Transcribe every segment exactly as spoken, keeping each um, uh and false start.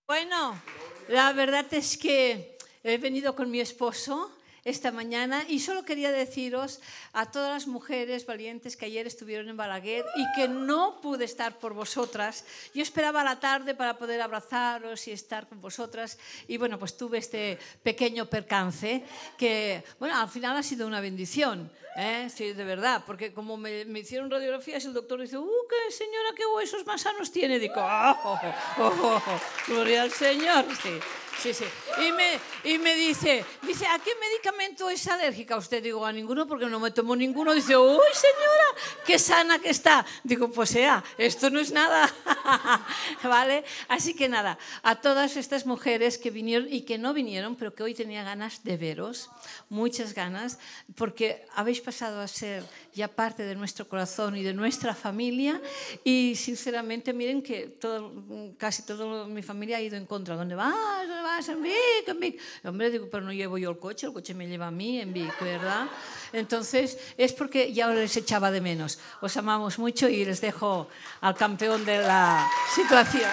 Bueno, la verdad es que he venido con mi esposo esta mañana y solo quería deciros a todas las mujeres valientes que ayer estuvieron en Balaguer y que no pude estar por vosotras. Yo esperaba a la tarde para poder abrazaros y estar con vosotras y bueno, pues tuve este pequeño percance que, bueno, al final ha sido una bendición, ¿eh? Sí, de verdad, porque como me, me hicieron radiografías, el doctor dice, ¡uh, qué señora, qué huesos más sanos tiene! Digo, ¡oh, oh, oh, oh, oh, gloria al Señor! Sí. Sí, sí. Y me, y me dice, dice, ¿a qué medicamento es alérgica usted? Digo, a ninguno porque no me tomo ninguno. Dice, uy, señora, qué sana que está. Digo, pues sea, esto no es nada. ¿Vale? Así que nada, a todas estas mujeres que vinieron y que no vinieron, pero que hoy tenía ganas de veros, muchas ganas, porque habéis pasado a ser ya parte de nuestro corazón y de nuestra familia y sinceramente miren que todo, casi toda mi familia ha ido en contra. ¿Dónde vas? ¿Dónde vas? En Vic, en Vic. Hombre, digo, pero no llevo yo el coche, el coche me lleva a mí en Vic, ¿verdad? Entonces es porque ya les echaba de menos. Os amamos mucho y les dejo al campeón de la situación.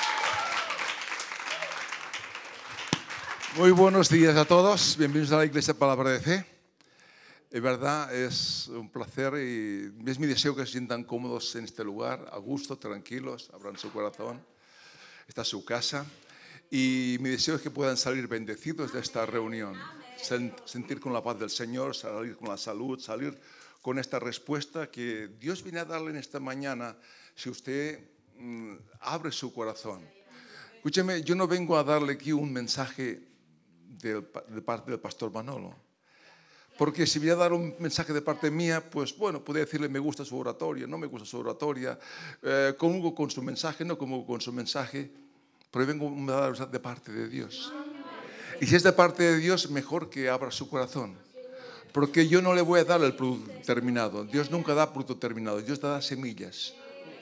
Muy buenos días a todos, bienvenidos a la Iglesia Palabra de Fe. Es verdad, es un placer y es mi deseo que se sientan cómodos en este lugar, a gusto, tranquilos, abran su corazón. Esta es su casa y mi deseo es que puedan salir bendecidos de esta reunión, sentir con la paz del Señor, salir con la salud, salir con esta respuesta que Dios viene a darle en esta mañana si usted mm, abre su corazón. Escúcheme, yo no vengo a darle aquí un mensaje de, de parte del pastor Manolo. Porque si voy a dar un mensaje de parte mía, pues bueno, podría decirle me gusta su oratoria, no me gusta su oratoria, eh, comulgo con su mensaje, no comulgo con su mensaje, pero vengo a dar de parte de Dios. Y si es de parte de Dios, mejor que abra su corazón. Porque yo no le voy a dar el producto terminado. Dios nunca da producto terminado, Dios da semillas.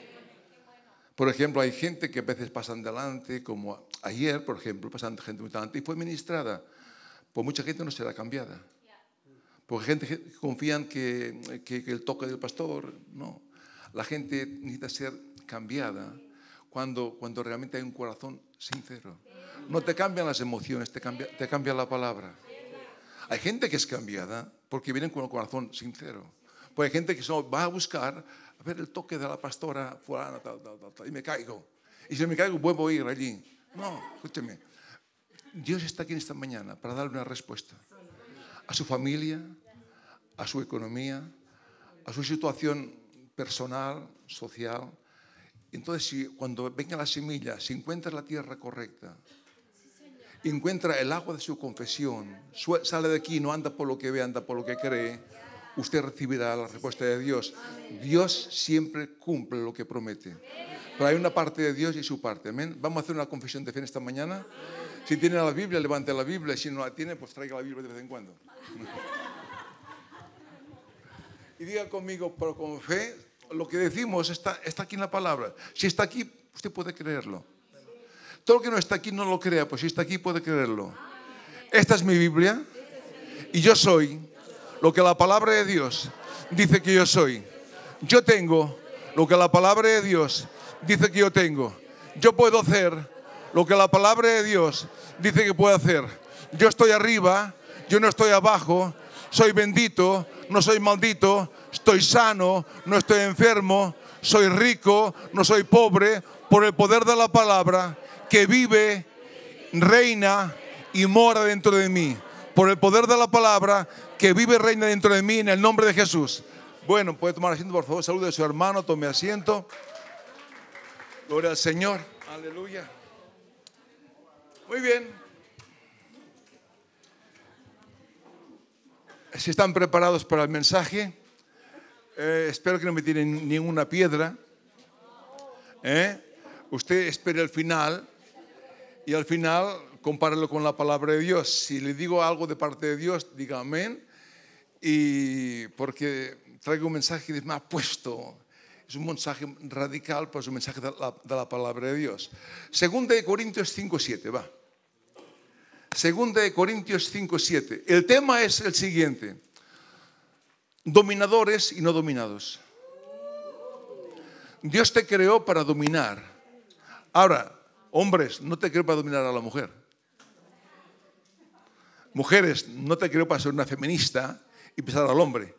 Por ejemplo, hay gente que a veces pasan delante, como ayer, por ejemplo, pasan gente muy delante y fue ministrada. Pues mucha gente no será cambiada. Porque gente que confían que, que, que el toque del pastor, no. La gente necesita ser cambiada cuando, cuando realmente hay un corazón sincero. No te cambian las emociones, te cambia, te cambia la palabra. Hay gente que es cambiada porque vienen con el corazón sincero. Pues hay gente que solo va a buscar a ver el toque de la pastora fulana, tal, tal, tal, tal, y me caigo. Y si me caigo, vuelvo a ir allí. No, escúcheme. Dios está aquí en esta mañana para darle una respuesta a su familia, a su economía, a su situación personal, social. Entonces, si cuando venga la semilla, si encuentra la tierra correcta, encuentra el agua de su confesión, sale de aquí, no anda por lo que ve, anda por lo que cree, usted recibirá la respuesta de Dios. Dios siempre cumple lo que promete. Pero hay una parte de Dios y su parte. ¿Amén? Vamos a hacer una confesión de fe esta mañana. Si tiene la Biblia, levante la Biblia. Si no la tiene, pues traiga la Biblia de vez en cuando. Y diga conmigo, pero con fe, lo que decimos está, está aquí en la palabra. Si está aquí, usted puede creerlo. Todo lo que no está aquí no lo crea, pues si está aquí puede creerlo. Esta es mi Biblia y yo soy lo que la palabra de Dios dice que yo soy. Yo tengo lo que la palabra de Dios dice que yo tengo. Yo puedo hacer lo que la palabra de Dios dice que puedo hacer. Yo estoy arriba, yo no estoy abajo, soy bendito, no soy maldito, estoy sano, no estoy enfermo, soy rico, no soy pobre, por el poder de la palabra que vive, reina y mora dentro de mí. Por el poder de la palabra que vive, reina dentro de mí, en el nombre de Jesús. Bueno, puede tomar asiento, por favor. Salude a su hermano, tome asiento. Gloria al Señor. Aleluya. Muy bien. Si están preparados para el mensaje, eh, espero que no me tiren ninguna piedra. ¿Eh? Usted espere al final y al final compárelo con la palabra de Dios. Si le digo algo de parte de Dios, diga amén. Y porque traigo un mensaje que me ha puesto. Es un mensaje radical, pero es un mensaje de la, de la palabra de Dios. Segunda de Corintios cinco siete, va. Segunda de Corintios cinco siete. El tema es el siguiente: dominadores y no dominados. Dios te creó para dominar. Ahora, Hombres, no te creo para dominar a la mujer. Mujeres, no te creo para ser una feminista y pisar al hombre.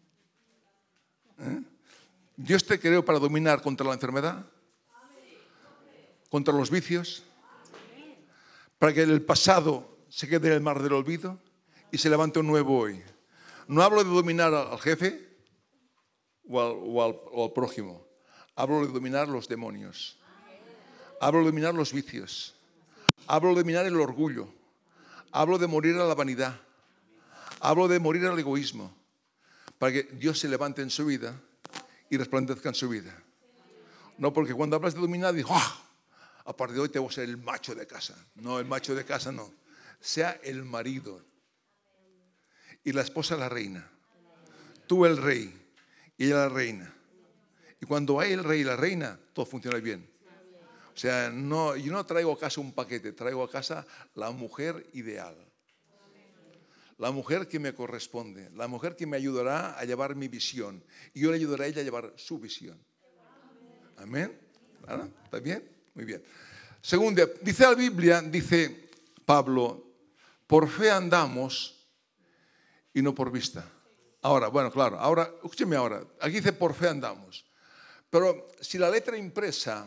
¿Eh? Dios te creó para dominar contra la enfermedad, contra los vicios, para que el pasado se quede en el mar del olvido y se levante un nuevo hoy. No hablo de dominar al jefe o al, o al, o al prójimo. Hablo de dominar los demonios. Hablo de dominar los vicios. Hablo de dominar el orgullo. Hablo de morir a la vanidad. Hablo de morir al egoísmo. Para que Dios se levante en su vida y resplandezca en su vida. No, porque cuando hablas de dominar, digo, ¡ah! A partir de hoy te voy a ser el macho de casa. No, el macho de casa no. Sea el marido. Y la esposa la reina. Tú el rey y ella la reina. Y cuando hay el rey y la reina, todo funciona bien. O sea, no, yo no traigo a casa un paquete, traigo a casa la mujer ideal. La mujer que me corresponde, la mujer que me ayudará a llevar mi visión. Y yo le ayudaré a ella a llevar su visión. Amén. ¿Claro? ¿Está bien? Muy bien. Segunda, dice la Biblia, dice Pablo, por fe andamos y no por vista. Ahora, bueno, claro, ahora, escúcheme ahora, aquí dice por fe andamos. Pero si la letra impresa,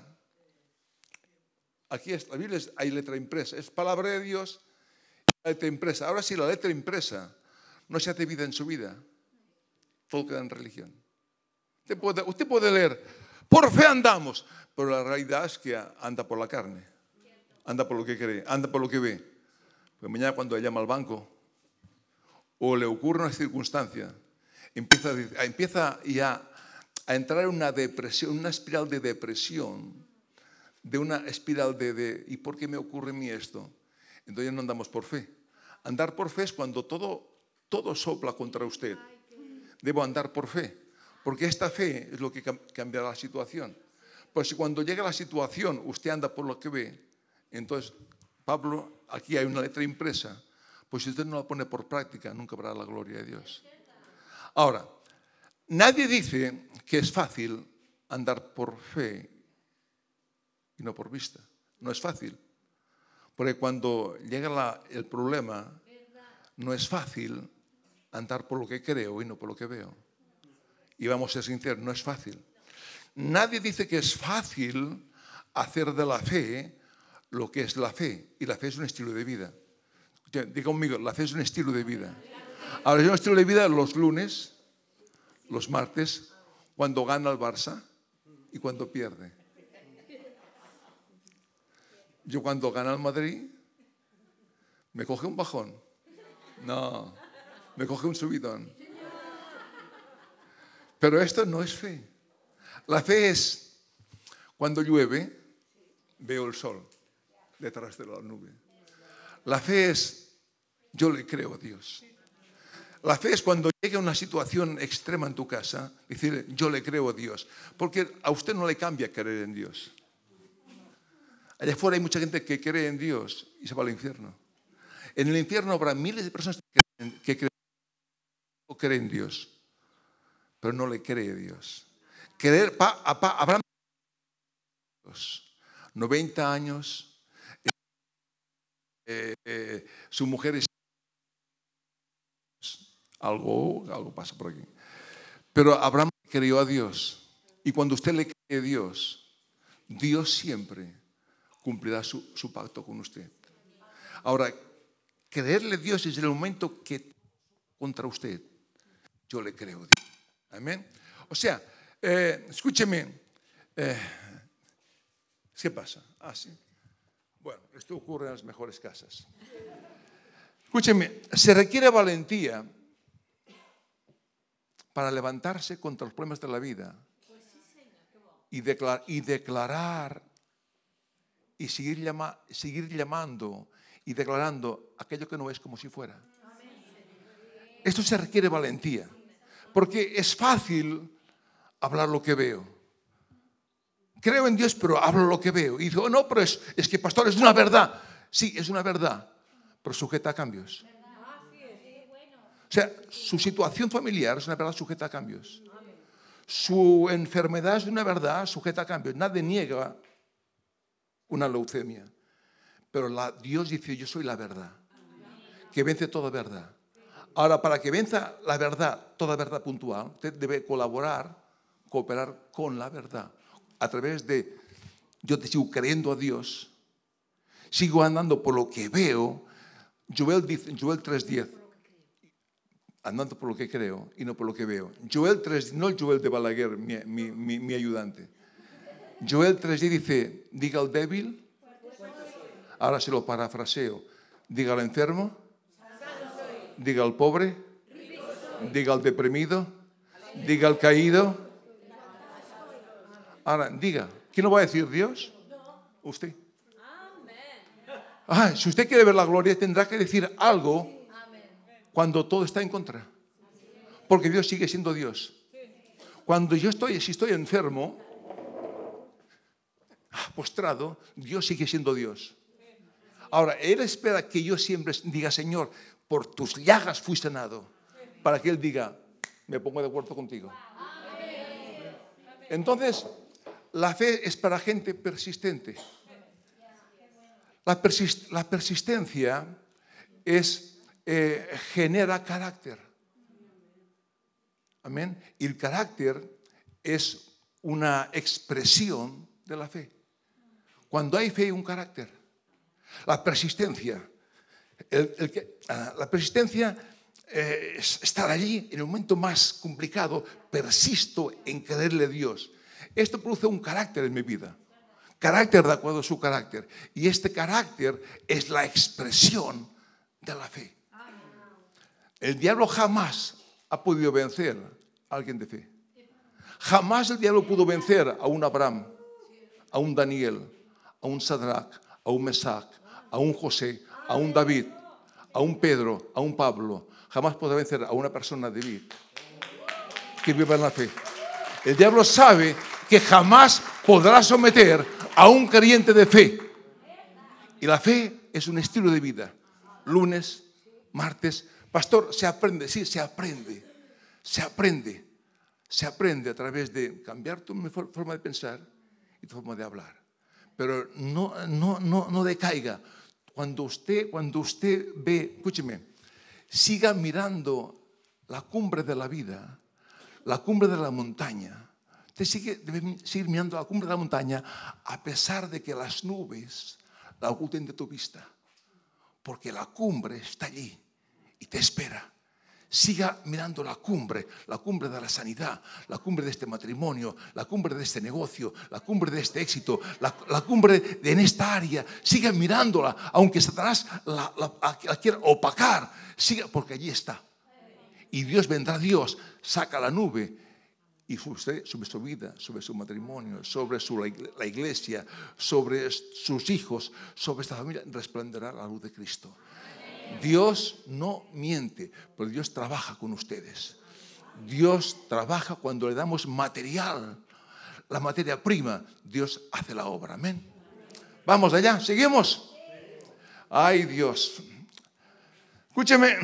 aquí es, la Biblia es, hay letra impresa, es palabra de Dios, letra impresa. Ahora si la letra impresa no se hace vida en su vida, todo queda en religión. Usted puede, usted puede leer, por fe andamos, pero la realidad es que anda por la carne, anda por lo que cree, anda por lo que ve. Pues mañana cuando llama al banco o le ocurre una circunstancia, empieza, a, empieza ya a entrar en una depresión, una espiral de depresión, de una espiral de, de ¿y por qué me ocurre a mí esto? Entonces no andamos por fe. Andar por fe es cuando todo, todo sopla contra usted. Debo andar por fe, porque esta fe es lo que cambiará la situación. Pues si cuando llega la situación usted anda por lo que ve, entonces, Pablo, aquí hay una letra impresa, pues si usted no la pone por práctica, nunca verá la gloria de Dios. Ahora, nadie dice que es fácil andar por fe y no por vista. No es fácil. Porque cuando llega la, el problema, no es fácil andar por lo que creo y no por lo que veo. Y vamos a ser sinceros, no es fácil. Nadie dice que es fácil hacer de la fe lo que es la fe. Y la fe es un estilo de vida. Diga conmigo, la fe es un estilo de vida. Ahora, es un estilo de vida los lunes, los martes, cuando gana el Barça y cuando pierde. Yo cuando gana el Madrid, me coge un bajón. No, me coge un subidón. Pero esto no es fe. La fe es, cuando llueve, veo el sol detrás de la nube. La fe es, yo le creo a Dios. La fe es cuando llega una situación extrema en tu casa, decir, yo le creo a Dios. Porque a usted no le cambia creer en Dios. Allá afuera hay mucha gente que cree en Dios y se va al infierno. En el infierno habrá miles de personas que creen, que creen, o creen en Dios, pero no le cree a Dios. Creer, pa, pa, habrá noventa años, eh, eh, su mujer es algo, algo pasa por aquí. Pero Abraham creyó a Dios, y cuando usted le cree a Dios, Dios siempre cumplirá su, su pacto con usted. Ahora, creerle a Dios es el momento que contra usted, yo le creo a Dios. Amén. O sea, eh, escúcheme, eh, ¿qué pasa? Ah, sí. Bueno, esto ocurre en las mejores casas. Escúcheme, se requiere valentía para levantarse contra los problemas de la vida y, declar, y declarar y seguir, llama, seguir llamando y declarando aquello que no es como si fuera. Esto se requiere valentía, porque es fácil hablar lo que veo. Creo en Dios, pero hablo lo que veo. Y digo, no, pero es, es que, pastor, es una verdad. Sí, es una verdad, pero sujeta a cambios. O sea, su situación familiar es una verdad sujeta a cambios. Su enfermedad es una verdad sujeta a cambios. Nadie niega una leucemia. Pero la, Dios dice, yo soy la verdad, que vence toda verdad. Ahora, para que venza la verdad, toda verdad puntual, usted debe colaborar, cooperar con la verdad. A través de, yo te sigo creyendo a Dios, sigo andando por lo que veo. Joel dice, Joel tres diez, andando por lo que creo y no por lo que veo. Joel tres, no el Joel de Balaguer, mi, mi, mi, mi ayudante. Joel tres diez dice, diga al débil, ahora se lo parafraseo, diga al enfermo, diga al pobre, diga al deprimido, diga al caído. Ahora, diga, ¿quién lo va a decir? ¿Dios? Usted. Ah, si usted quiere ver la gloria, tendrá que decir algo cuando todo está en contra. Porque Dios sigue siendo Dios. Cuando yo estoy, si estoy enfermo, postrado, Dios sigue siendo Dios. Ahora, Él espera que yo siempre diga, Señor, por tus llagas fui sanado. Para que Él diga, me pongo de acuerdo contigo. Entonces, la fe es para gente persistente. La, persist, la persistencia es, eh, genera carácter. Amén. Y el carácter es una expresión de la fe. Cuando hay fe hay un carácter. La persistencia. El, el que, uh, la persistencia eh, es estar allí en el momento más complicado. Persisto en creerle a Dios. Esto produce un carácter en mi vida. Carácter de acuerdo a su carácter. Y este carácter es la expresión de la fe. El diablo jamás ha podido vencer a alguien de fe. Jamás el diablo pudo vencer a un Abraham, a un Daniel, a un Sadrach, a un Mesac, a un José, a un David, a un Pedro, a un Pablo. Jamás podrá vencer a una persona de vida que viva en la fe. El diablo sabe que jamás podrá someter a un creyente de fe. Y la fe es un estilo de vida. Lunes, martes. Pastor, se aprende, sí, se aprende. Se aprende. Se aprende a través de cambiar tu forma de pensar y tu forma de hablar. Pero no, no, no, no decaiga. Cuando usted, cuando usted ve, escúcheme, siga mirando la cumbre de la vida, la cumbre de la montaña. Usted sigue, debe seguir mirando la cumbre de la montaña a pesar de que las nubes la oculten de tu vista. Porque la cumbre está allí y te espera. Siga mirando la cumbre, la cumbre de la sanidad, la cumbre de este matrimonio, la cumbre de este negocio, la cumbre de este éxito, la, la cumbre de, en esta área. Siga mirándola, aunque Satanás la, la, la quiera opacar. Siga, porque allí está. Y Dios vendrá, Dios saca la nube y sobre, sobre su vida, sobre su matrimonio, sobre su, la iglesia, sobre sus hijos, sobre esta familia, resplandecerá la luz de Cristo. Dios no miente, pero Dios trabaja con ustedes. Dios trabaja cuando le damos material, la materia prima. Dios hace la obra. Amén. Vamos allá, seguimos. Ay, Dios. Escúcheme.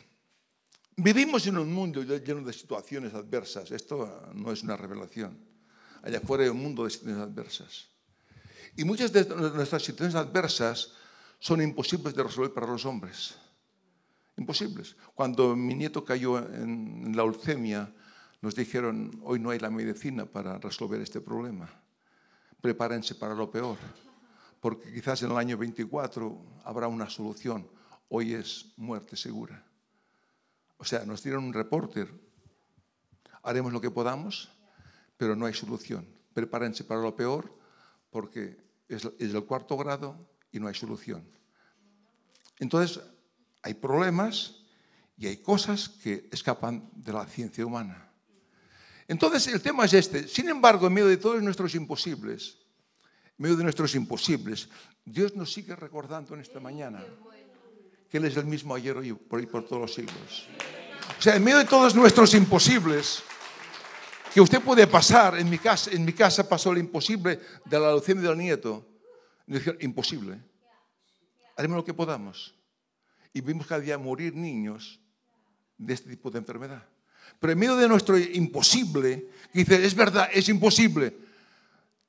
Vivimos en un mundo lleno de situaciones adversas. Esto no es una revelación. Allá afuera hay un mundo de situaciones adversas. Y muchas de nuestras situaciones adversas son imposibles de resolver para los hombres. Imposibles. Cuando mi nieto cayó en la leucemia, nos dijeron, hoy no hay la medicina para resolver este problema. Prepárense para lo peor, porque quizás en el año veinticuatro habrá una solución. Hoy es muerte segura. O sea, nos dieron un reporter. Haremos lo que podamos, pero no hay solución. Prepárense para lo peor, porque es el cuarto grado y no hay solución. Entonces, hay problemas y hay cosas que escapan de la ciencia humana. Entonces, el tema es este. Sin embargo, en medio de todos nuestros imposibles, en medio de nuestros imposibles, Dios nos sigue recordando en esta mañana que Él es el mismo ayer, hoy, por, y por todos los siglos. O sea, en medio de todos nuestros imposibles, que usted puede pasar, en mi casa, en mi casa pasó el imposible de la leucemia del nieto. Y dijeron, imposible. Haremos lo que podamos. Y vimos cada día morir niños de este tipo de enfermedad. Pero en medio de nuestro imposible, dice, es verdad, es imposible.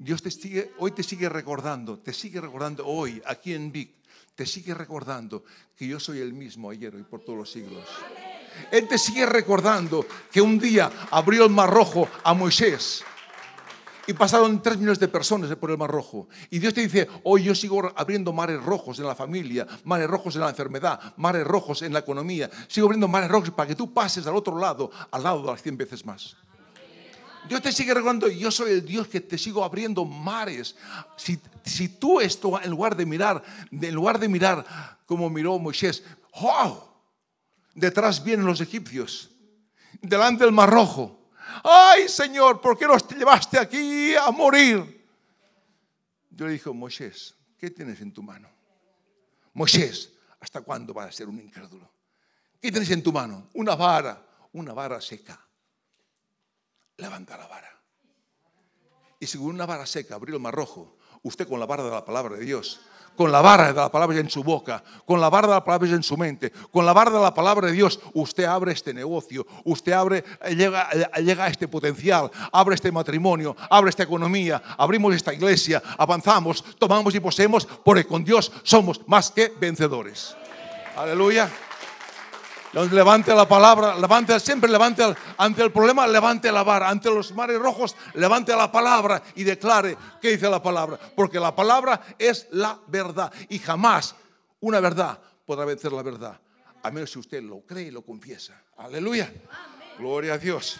Dios te sigue, hoy te sigue recordando, te sigue recordando hoy, aquí en Vic, te sigue recordando que yo soy el mismo ayer y por todos los siglos. Él te sigue recordando que un día abrió el Mar Rojo a Moisés y pasaron tres millones de personas por el Mar Rojo. Y Dios te dice, hoy yo sigo abriendo mares rojos en la familia, mares rojos en la enfermedad, mares rojos en la economía. Sigo abriendo mares rojos para que tú pases al otro lado, al lado de las cien veces más. Dios te sigue recordando, yo soy el Dios que te sigo abriendo mares. Si, si tú esto, en lugar de mirar, en lugar de mirar como miró Moisés, ¡wow! Detrás vienen los egipcios, delante del Mar Rojo. ¡Ay, Señor! ¿Por qué nos llevaste aquí a morir? Yo le dije, Moisés, ¿qué tienes en tu mano? Moisés, ¿hasta cuándo vas a ser un incrédulo? ¿Qué tienes en tu mano? Una vara, una vara seca. Levanta la vara. Y según una vara seca abrió el Mar Rojo, usted con la vara de la palabra de Dios, con la vara de la palabra en su boca, con la vara de la palabra en su mente, con la vara de la palabra de Dios, usted abre este negocio, usted abre, llega, llega a este potencial, abre este matrimonio, abre esta economía, abrimos esta iglesia, avanzamos, tomamos y poseemos, porque con Dios somos más que vencedores. Aleluya. Levante la palabra, levante, siempre levante ante el problema, levante la vara, ante los mares rojos, levante la palabra y declare qué dice la palabra, porque la palabra es la verdad y jamás una verdad podrá vencer la verdad, a menos si usted lo cree y lo confiesa. Aleluya. Amén. Gloria a Dios.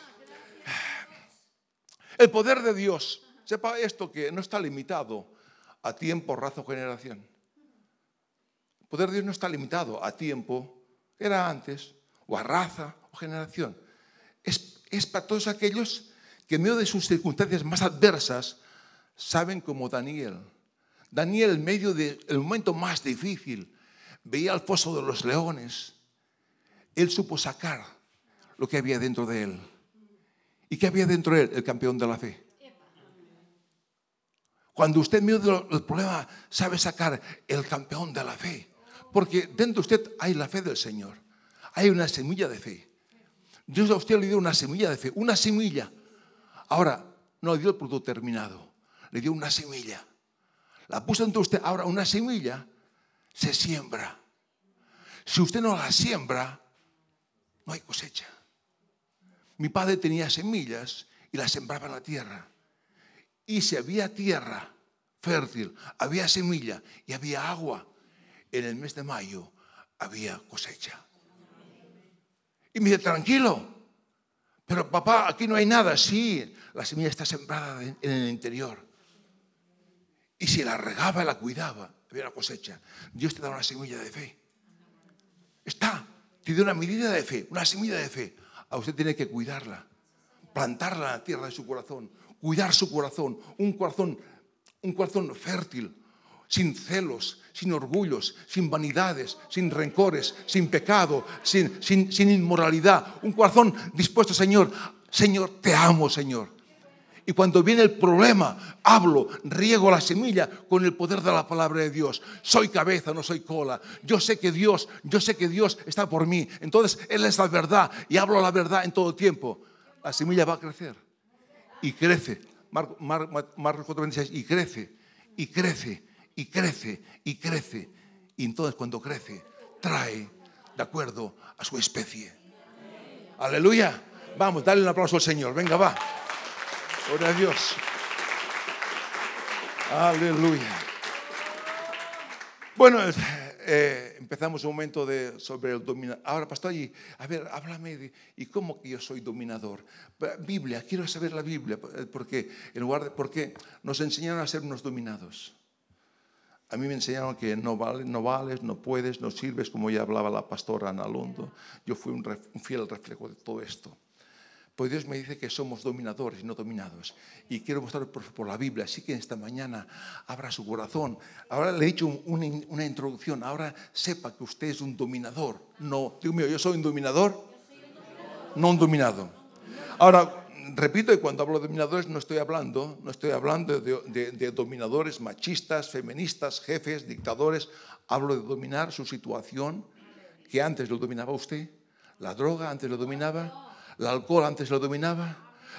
El poder de Dios, sepa esto, que no está limitado a tiempo, raza o generación. El poder de Dios no está limitado a tiempo, era antes, o a raza o generación. Es, es para todos aquellos que en medio de sus circunstancias más adversas saben, como Daniel. Daniel, en medio del momento más difícil, veía el foso de los leones. Él supo sacar lo que había dentro de él. ¿Y qué había dentro de él? El campeón de la fe. Cuando usted en medio del problema sabe sacar el campeón de la fe, porque dentro de usted hay la fe del Señor. Hay una semilla de fe. Dios a usted le dio una semilla de fe. Una semilla. Ahora, no le dio el producto terminado. Le dio una semilla. La puso entre usted. Ahora, una semilla se siembra. Si usted no la siembra, no hay cosecha. Mi padre tenía semillas y las sembraba en la tierra. Y si había tierra fértil, había semilla y había agua, en el mes de mayo había cosecha. Y me dice, tranquilo, pero papá, aquí no hay nada. Sí, la semilla está sembrada en el interior. Y si la regaba y la cuidaba, había una cosecha. Dios te da una semilla de fe. Está, te da una medida de fe, una semilla de fe. A usted tiene que cuidarla, plantarla en la tierra de su corazón, cuidar su corazón, un corazón, un corazón fértil, sin celos, sin orgullos, sin vanidades, sin rencores, sin pecado, sin, sin, sin inmoralidad. Un corazón dispuesto, Señor, Señor, te amo, Señor. Y cuando viene el problema, hablo, riego la semilla con el poder de la palabra de Dios. Soy cabeza, no soy cola. Yo sé que Dios, yo sé que Dios está por mí. Entonces Él es la verdad y hablo la verdad en todo tiempo. La semilla va a crecer y crece. Marcos cuatro veintiséis, y crece, y crece. Y crece, y crece. Y entonces cuando crece, trae de acuerdo a su especie. Aleluya. Vamos, dale un aplauso al Señor. Venga, va. Gloria a Dios. Aleluya. Bueno, eh, empezamos un momento de, sobre el dominador. Ahora, pastor, y, a ver, háblame de, ¿y cómo que yo soy dominador? Biblia, quiero saber la Biblia, porque en lugar de, porque nos enseñaron a ser unos dominados. A mí me enseñaron que no vales, no vales, no puedes, no sirves, como ya hablaba la pastora Ana Londo. Yo fui un, ref, un fiel reflejo de todo esto. Pues Dios me dice que somos dominadores y no dominados. Y quiero mostrar por, por la Biblia. Así que esta mañana abra su corazón. Ahora le he dicho un, una, una introducción. Ahora sepa que usted es un dominador. No, Dios mío, ¿yo soy un dominador? No un dominado. Ahora, repito, que cuando hablo de dominadores no estoy hablando, no estoy hablando de, de, de dominadores machistas, feministas, jefes, dictadores. Hablo de dominar su situación, que antes lo dominaba usted. La droga antes lo dominaba. El alcohol antes lo dominaba.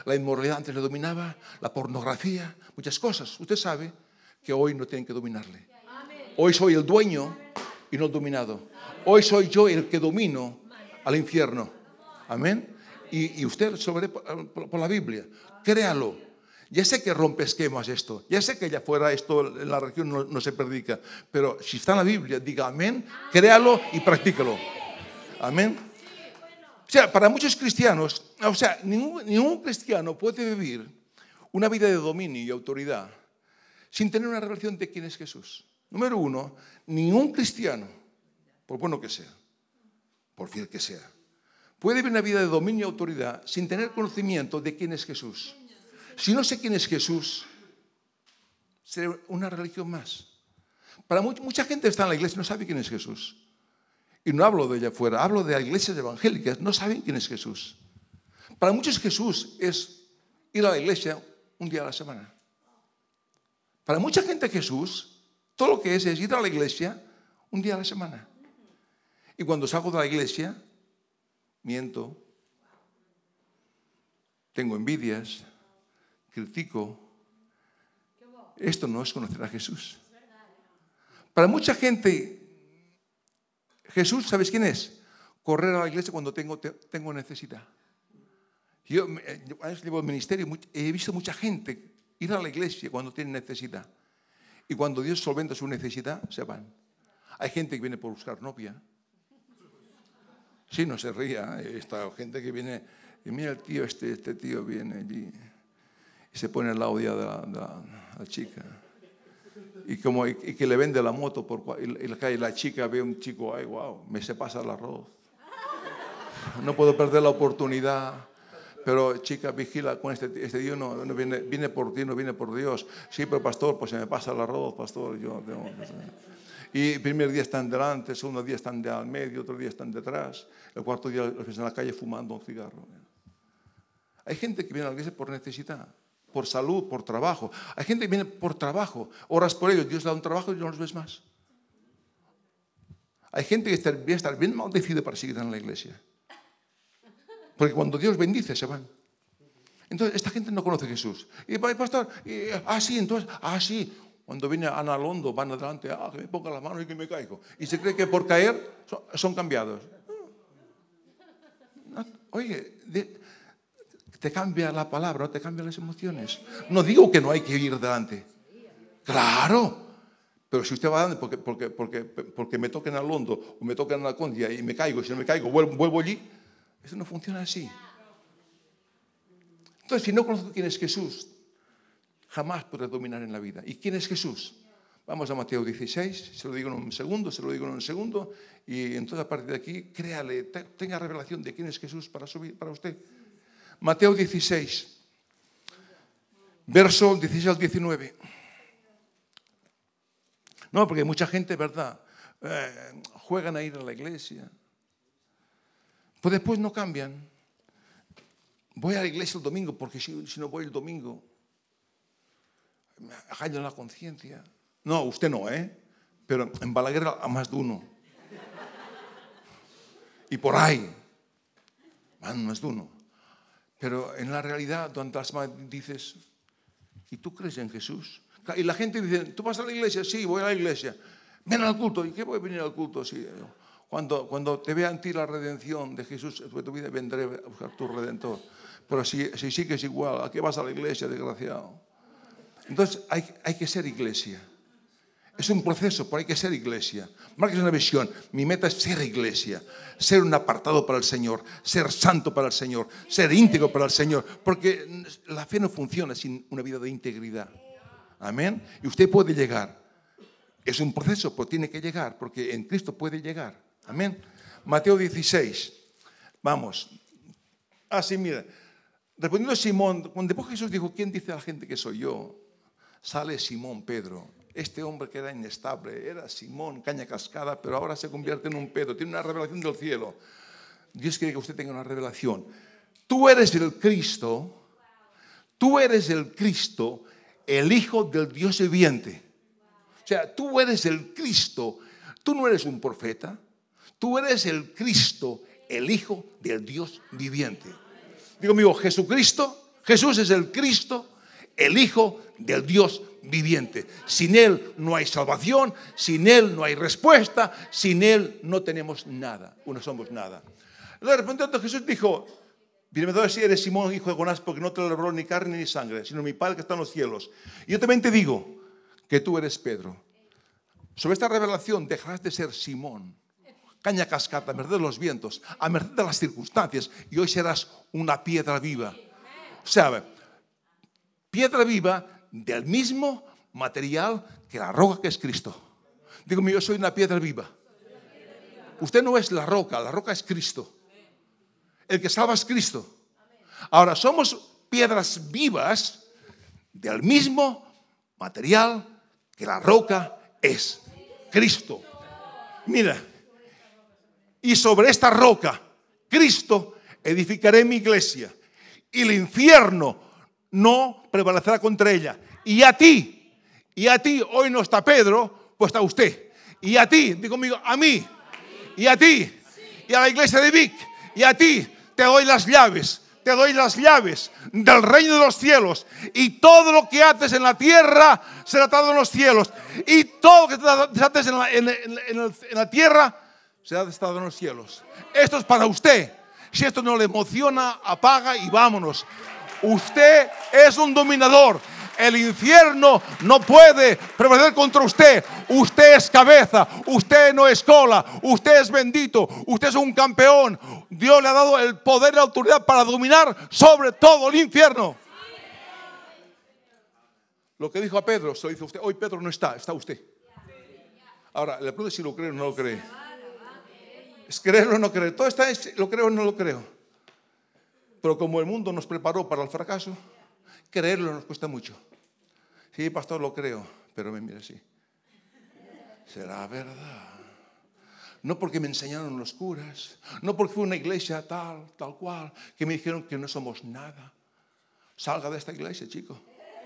La inmoralidad antes le dominaba, la pornografía, muchas cosas. Usted sabe que hoy no tienen que dominarle. Hoy soy el dueño y no el dominado. Hoy soy yo el que domino al infierno. Amén. Y, y usted sobre por, por la Biblia, créalo. Ya sé que rompe esquemas esto. Ya sé que allá afuera esto en la región no, no se predica. Pero si está en la Biblia, diga amén, créalo y practícalo. Amén. O sea, para muchos cristianos, o sea, ningún, ningún cristiano puede vivir una vida de dominio y autoridad sin tener una revelación de quién es Jesús. Número uno, ningún cristiano, por bueno que sea, por fiel que sea, puede vivir una vida de dominio y autoridad sin tener conocimiento de quién es Jesús. Si no sé quién es Jesús, seré una religión más. Para mucha, mucha gente está en la iglesia y no sabe quién es Jesús. Y no hablo de allá afuera, hablo de iglesias evangélicas, no saben quién es Jesús. Para muchos Jesús es ir a la iglesia un día a la semana. Para mucha gente Jesús, todo lo que es es ir a la iglesia un día a la semana. Y cuando salgo de la iglesia, miento, tengo envidias, critico. Esto no es conocer a Jesús. Para mucha gente, Jesús, ¿sabes quién es? Correr a la iglesia cuando tengo, tengo necesidad. Yo, yo llevo el ministerio, he visto mucha gente ir a la iglesia cuando tiene necesidad. Y cuando Dios solventa su necesidad, se van. Hay gente que viene por buscar novia. Sí, no se ría. Esta gente que viene, y mira el tío, este, este tío viene allí y se pone al lado de la, de la, de la chica. Y, como, y, y que le vende la moto por, y, y la chica ve a un chico, ay, wow, me se pasa el arroz. No puedo perder la oportunidad. Pero chica, vigila con este, este Dios, no, no viene, viene por ti, no viene por Dios. Sí, pero pastor, pues se me pasa el arroz, pastor. Yo tengo, y el primer día están delante, el segundo día están de al medio, otro día están detrás. El cuarto día los ves en la calle fumando un cigarro. Hay gente que viene a la iglesia por necesidad, por salud, por trabajo. Hay gente que viene por trabajo, oras por ellos, Dios da un trabajo y no los ves más. Hay gente que está, viene a estar bien maldecida para seguir en la iglesia. Porque cuando Dios bendice, se van. Entonces, esta gente no conoce a Jesús. Y pastor, y, ah, sí, entonces, ah, sí. Cuando viene Ana Londo, van adelante, ah, que me ponga la mano y que me caigo. Y se cree que por caer son, son cambiados. No, oye, de, te cambia la palabra, no te cambian las emociones. No digo que no hay que ir delante. Claro. Pero si usted va adelante porque, porque, porque, porque me toquen a Londo o me toquen a la Condia y me caigo, y si no me caigo, vuelvo, vuelvo allí. Eso no funciona así. Entonces, si no conozco quién es Jesús, jamás podré dominar en la vida. ¿Y quién es Jesús? Vamos a Mateo dieciséis, se lo digo en un segundo, se lo digo en un segundo, y entonces a partir de aquí, créale, tenga revelación de quién es Jesús para, su, para usted. Mateo dieciséis, verso dieciséis al diecinueve. No, porque mucha gente, ¿verdad? Eh, juegan a ir a la iglesia. Pues después no cambian. Voy a la iglesia el domingo porque si, si no voy el domingo me hallo en la conciencia. No, usted no, ¿eh? Pero en Balaguer a más de uno. Y por ahí van más de uno. Pero en la realidad, durante la semana dices, ¿y tú crees en Jesús? Y la gente dice, ¿tú vas a la iglesia? Sí, voy a la iglesia. Ven al culto. ¿Y qué voy a venir al culto? Sí. Cuando, cuando te vea en ti la redención de Jesús en tu vida, vendré a buscar tu Redentor. Pero si, si sigues igual, ¿a qué vas a la iglesia, desgraciado? Entonces hay, hay que ser iglesia. Es un proceso, pero hay que ser iglesia. Marques una visión. Mi meta es ser iglesia. Ser un apartado para el Señor. Ser santo para el Señor. Ser íntegro para el Señor. Porque la fe no funciona sin una vida de integridad. Amén. Y usted puede llegar. Es un proceso, pero tiene que llegar. Porque en Cristo puede llegar. Amén. Mateo dieciséis. Vamos. Así, mira. Respondiendo Simón, cuando después Jesús dijo, ¿quién dice a la gente que soy yo? Sale Simón Pedro. Este hombre que era inestable, era Simón, caña cascada, pero ahora se convierte en un Pedro. Tiene una revelación del cielo. Dios quiere que usted tenga una revelación. Tú eres el Cristo. Tú eres el Cristo, el Hijo del Dios viviente. O sea, tú eres el Cristo. Tú no eres un profeta. Tú eres el Cristo, el Hijo del Dios viviente. Digo, amigo, Jesucristo Jesús es el Cristo, el Hijo del Dios viviente. Sin Él no hay salvación, sin Él no hay respuesta, sin Él no tenemos nada, no somos nada. De repente Jesús dijo: bienaventurado si eres Simón, hijo de Jonás, porque no te lo reveló ni carne ni sangre, sino mi Padre que está en los cielos. Y yo también te digo que tú eres Pedro. Sobre esta revelación dejarás de ser Simón, caña cascada, a merced de los vientos, a merced de las circunstancias, y hoy serás una piedra viva. O sea, piedra viva del mismo material que la roca que es Cristo. Digo, yo soy una piedra viva. Usted no es la roca, la roca es Cristo. El que salva es Cristo. Ahora, somos piedras vivas del mismo material que la roca es Cristo. Mira, y sobre esta roca, Cristo, edificaré mi iglesia, y el infierno no prevalecerá contra ella. Y a ti, y a ti, hoy no está Pedro, pues está usted. Y a ti, digo conmigo, a mí, y a ti, y a la iglesia de Vic, y a ti, te doy las llaves, te doy las llaves del reino de los cielos. Y todo lo que haces en la tierra será atado en los cielos. Y todo lo que haces en la, en, en, en, en la tierra será atado en los cielos. Esto es para usted. Si esto no le emociona, apaga y vámonos. Usted es un dominador. El infierno no puede prevalecer contra usted. Usted es cabeza, usted no es cola, usted es bendito, usted es un campeón. Dios le ha dado el poder y la autoridad para dominar sobre todo el infierno. Lo que dijo a Pedro, se lo dice usted. Hoy Pedro no está, está usted. Ahora, le pregunto si lo cree o no lo cree. Es creerlo o no creer. Todo está, es, lo creo o no lo creo. Pero como el mundo nos preparó para el fracaso, creerlo nos cuesta mucho. Sí, pastor, lo creo, pero me mira así. ¿Será verdad? No porque me enseñaron los curas, no porque fue una iglesia tal, tal cual, que me dijeron que no somos nada. Salga de esta iglesia, chico.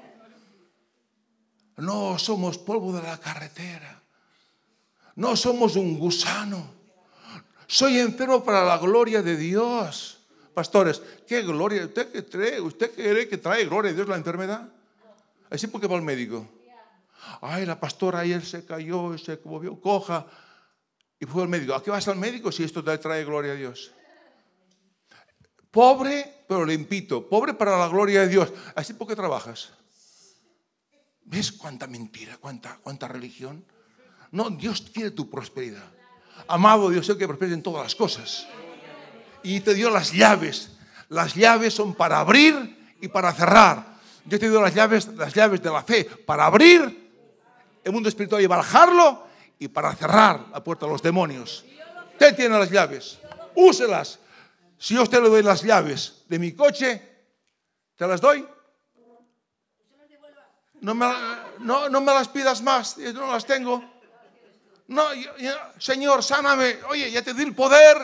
No somos polvo de la carretera. No somos un gusano. Soy enfermo para la gloria de Dios. Pastores, ¿qué gloria? ¿Usted qué cree? ¿Usted cree que trae gloria a Dios la enfermedad? Así porque va al médico. Ay, la pastora ayer se cayó y se movió coja y fue al médico. ¿A qué vas al médico si esto te trae gloria a Dios? Pobre, pero limpito. Pobre para la gloria de Dios. Así porque trabajas. ¿Ves cuánta mentira, cuánta, cuánta religión? No, Dios quiere tu prosperidad. Amado Dios, sé que prosperes en todas las cosas. Y te dio las llaves. Las llaves son para abrir y para cerrar. Dios te dio las llaves, las llaves de la fe para abrir el mundo espiritual y barajarlo, y para cerrar la puerta a los demonios. Usted tiene las llaves. Úselas. Si yo a usted le doy las llaves de mi coche, ¿te las doy? No me, no, no me las pidas más. Yo no las tengo. No, yo, yo, Señor, sáname. Oye, ya te di el poder.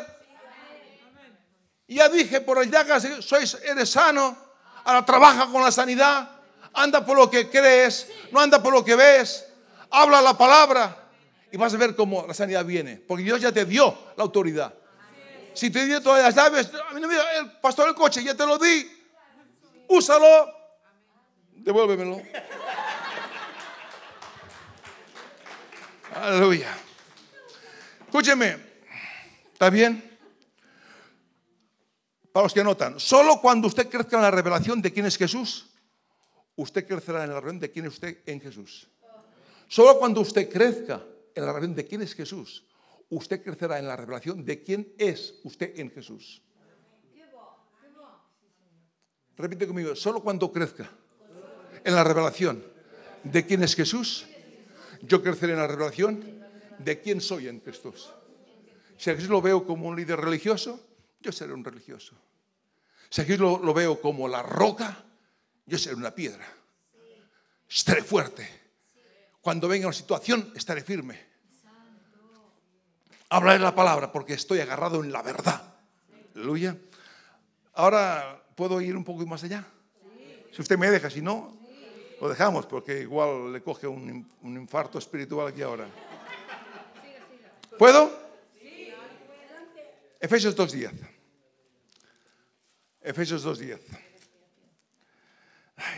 Ya dije por el llagas, sois, eres sano. Ahora trabaja con la sanidad. Anda por lo que crees, no anda por lo que ves. Habla la palabra y vas a ver cómo la sanidad viene. Porque Dios ya te dio la autoridad. Si te dio todas las llaves, a mí no me dio el pastor del coche, ya te lo di. Úsalo. Devuélvemelo. Aleluya. Escúcheme. ¿Está bien? Para los que notan, solo cuando usted crezca en la revelación de quién es Jesús, usted crecerá en la revelación de quién es usted en Jesús. Solo cuando usted crezca en la revelación de quién es Jesús, usted crecerá en la revelación de quién es usted en Jesús. Repite conmigo, solo cuando crezca en la revelación de quién es Jesús, yo creceré en la revelación de quién soy en Jesús. Si a Jesús lo veo como un líder religioso, yo seré un religioso. Si a Jesús lo, lo veo como la roca, yo seré una piedra. Estaré fuerte. Cuando venga una situación, estaré firme. Hablaré la palabra porque estoy agarrado en la verdad. Aleluya. Ahora, ¿puedo ir un poco más allá? Si usted me deja, si no, lo dejamos porque igual le coge un, un infarto espiritual aquí ahora. ¿Puedo? Efesios dos diez. Efesios dos diez.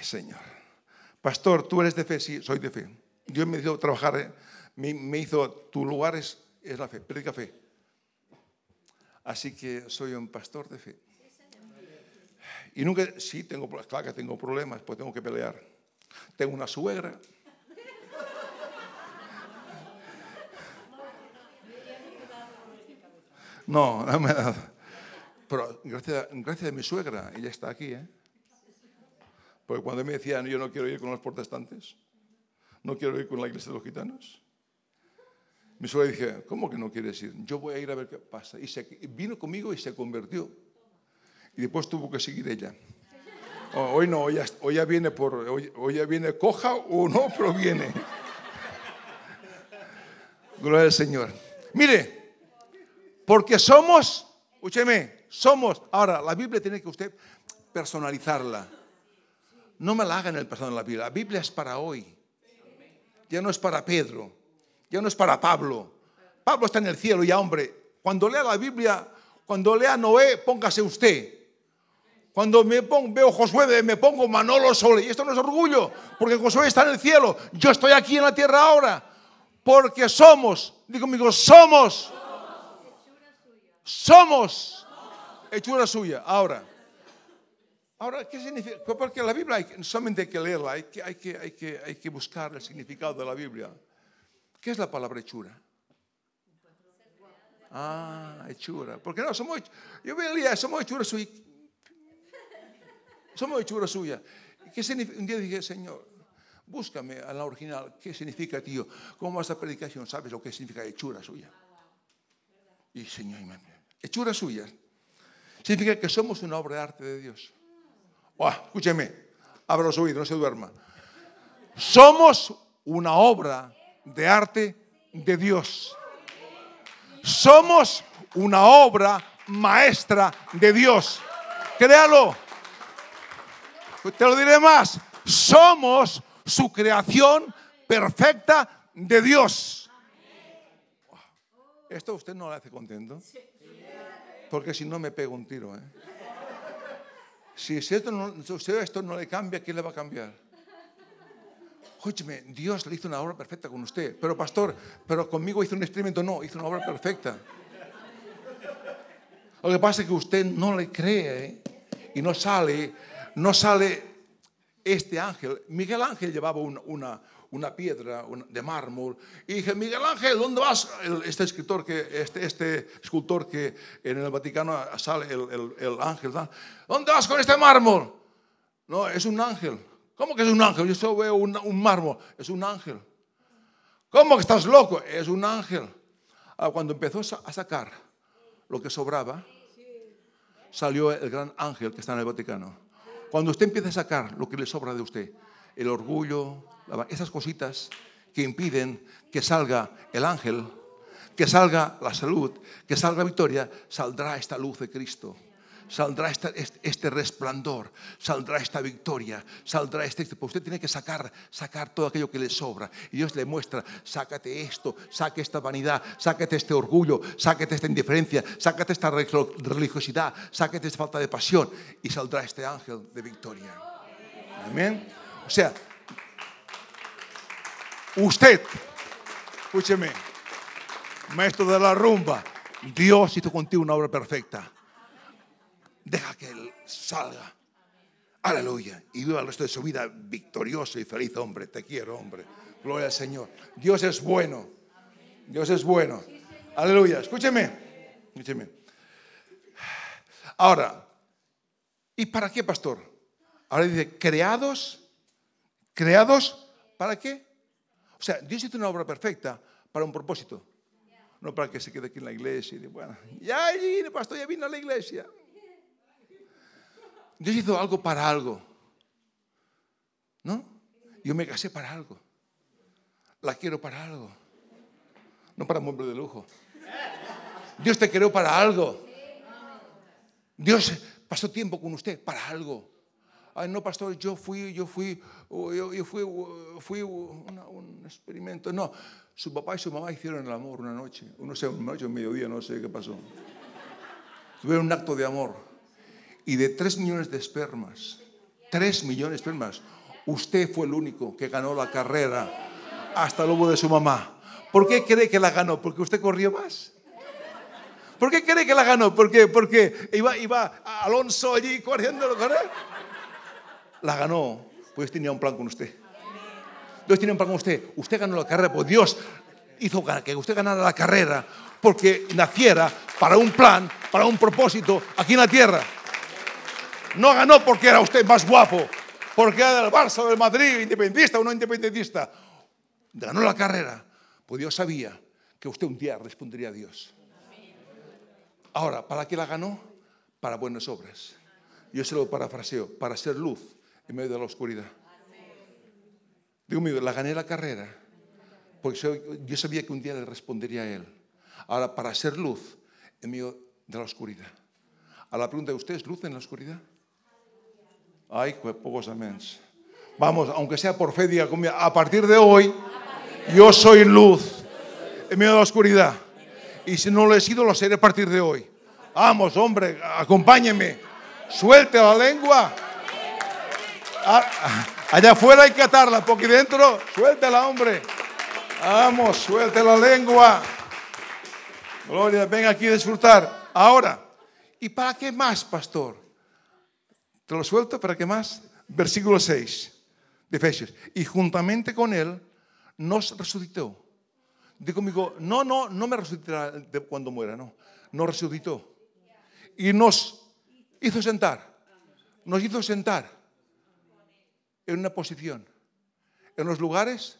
Señor. Pastor, ¿tú eres de fe? Sí, soy de fe. Dios me hizo trabajar, ¿eh? me, me hizo, tu lugar es, es la fe, predica fe. Así que soy un pastor de fe. Y nunca, sí, tengo, claro que tengo problemas, pues tengo que pelear. Tengo una suegra. No, no me ha dado. Pero gracias, gracias a mi suegra, ella está aquí, ¿eh? Porque cuando me decían, yo no quiero ir con los protestantes, no quiero ir con la iglesia de los gitanos, mi suegra dije, ¿cómo que no quieres ir? Yo voy a ir a ver qué pasa. Y se, vino conmigo y se convirtió. Y después tuvo que seguir ella. Hoy no, hoy ya, hoy ya viene por, hoy, hoy ya viene coja o no, pero viene. Gloria al Señor. Mire, porque somos, escúcheme, somos, ahora la Biblia tiene que usted personalizarla. No me la hagan el personal de la Biblia. La Biblia es para hoy. Ya no es para Pedro. Ya no es para Pablo. Pablo está en el cielo ya, hombre. Cuando lea la Biblia, cuando lea Noé, póngase usted. Cuando me pongo, veo Josué, me pongo Manolo Sole. Y esto no es orgullo, porque Josué está en el cielo. Yo estoy aquí en la tierra ahora. Porque somos, digo conmigo, somos. Somos hechura suya. Ahora. Ahora, ¿qué significa? Porque la Biblia hay, solamente hay que leerla, hay que, hay, que, hay, que, hay que buscar el significado de la Biblia. ¿Qué es la palabra hechura? Ah, hechura. Porque no, somos, yo veía, somos hechura suya. Somos hechura suya. ¿Qué significa? Un día dije, Señor, búscame a la original. ¿Qué significa, tío? ¿Cómo vas a predicar si no sabes lo que significa hechura suya? Y Señor, hechura suya significa que somos una obra de arte de Dios. Oh, escúcheme, abra los oídos, no se duerma. Somos una obra de arte de Dios. Somos una obra maestra de Dios. Créalo. Te lo diré más. Somos su creación perfecta de Dios. ¿Esto a usted no le hace contento? Porque si no me pego un tiro, ¿eh? Si esto no, usted esto no le cambia, ¿quién le va a cambiar? Óyeme, Dios le hizo una obra perfecta con usted. Pero pastor, pero conmigo hizo un experimento. No, hizo una obra perfecta. Lo que pasa es que usted no le cree, ¿eh? Y no sale, no sale este ángel. Miguel Ángel llevaba una, una, una piedra de mármol. Y dije, Miguel Ángel, ¿dónde vas? Este escritor, que, este, este escultor que en el Vaticano sale el, el, el ángel. ¿Dónde vas con este mármol? No, es un ángel. ¿Cómo que es un ángel? Yo solo veo un, un mármol. Es un ángel. ¿Cómo que estás loco? Es un ángel. Ah, cuando empezó a sacar lo que sobraba, salió el gran ángel que está en el Vaticano. Cuando usted empieza a sacar lo que le sobra de usted, el orgullo, esas cositas que impiden que salga el ángel, que salga la salud, que salga la victoria, saldrá esta luz de Cristo. Saldrá este, este, este resplandor, saldrá esta victoria, saldrá este, pues usted tiene que sacar, sacar todo aquello que le sobra. Y Dios le muestra, sácate esto, saque esta vanidad, sácate este orgullo, sácate esta indiferencia, sácate esta religiosidad, sácate esta falta de pasión, y saldrá este ángel de victoria. Amén. O sea, usted, escúcheme, maestro de la rumba, Dios hizo contigo una obra perfecta. Deja que Él salga. Aleluya. Y viva el resto de su vida victorioso y feliz, hombre. Te quiero, hombre. Gloria al Señor. Dios es bueno. Dios es bueno. Aleluya. Escúcheme. Escúcheme. Ahora, ¿y para qué, pastor? Ahora dice, creados. ¿Creados para qué? O sea, Dios hizo una obra perfecta para un propósito. No para que se quede aquí en la iglesia y diga, bueno, ya vine, pastor, ya vine a la iglesia. Dios hizo algo para algo, ¿no? Yo me casé para algo. La quiero para algo, no para mueble de lujo. Dios te creó para algo. Dios pasó tiempo con usted para algo. Ay, no, pastor, yo fui, yo fui, yo, yo fui, fui una, un experimento. No, su papá y su mamá hicieron el amor una noche. No sé, una noche, un mediodía, no sé qué pasó. Tuvieron un acto de amor. Y de tres millones de espermas, tres millones de espermas, Usted fue el único que ganó la carrera hasta el lobo de su mamá. ¿Por qué cree que la ganó? ¿Porque usted corrió más? ¿Por qué cree que la ganó? ¿Por qué? Porque iba, iba Alonso allí corriendo. ¿correr? La ganó, pues tenía un plan con usted. Dios tenía un plan con usted. Usted ganó la carrera, pues Dios hizo que usted ganara la carrera porque naciera para un plan, para un propósito aquí en la tierra. No ganó porque era usted más guapo, porque era del Barça o del Madrid, independentista o no independentista. Ganó la carrera, pues Dios sabía que usted un día respondería a Dios. Ahora, ¿para qué la ganó? Para buenas obras. Yo se lo parafraseo, para ser luz en medio de la oscuridad. Digo mío, la gané la carrera, porque yo sabía que un día le respondería a Él. Ahora, para ser luz en medio de la oscuridad. A la pregunta de ¿usted es luz en la oscuridad? Ay, pocos améns. Vamos, aunque sea por fe, diga conmigo, a partir de hoy, yo soy luz en medio de la oscuridad. Y si no lo he sido, lo seré a partir de hoy. Vamos, hombre, acompáñeme. Suelte la lengua. Allá afuera hay que atarla, porque dentro, suéltela, hombre. Vamos, suelte la lengua. Gloria, ven aquí a disfrutar. Ahora, ¿y para qué más, pastor? Te lo suelto, ¿para qué más? Versículo seis de Efesios. Y juntamente con Él nos resucitó. Digo conmigo, no, no, no me resucitará cuando muera, no. Nos resucitó. Y nos hizo sentar. Nos hizo sentar en una posición. En los lugares.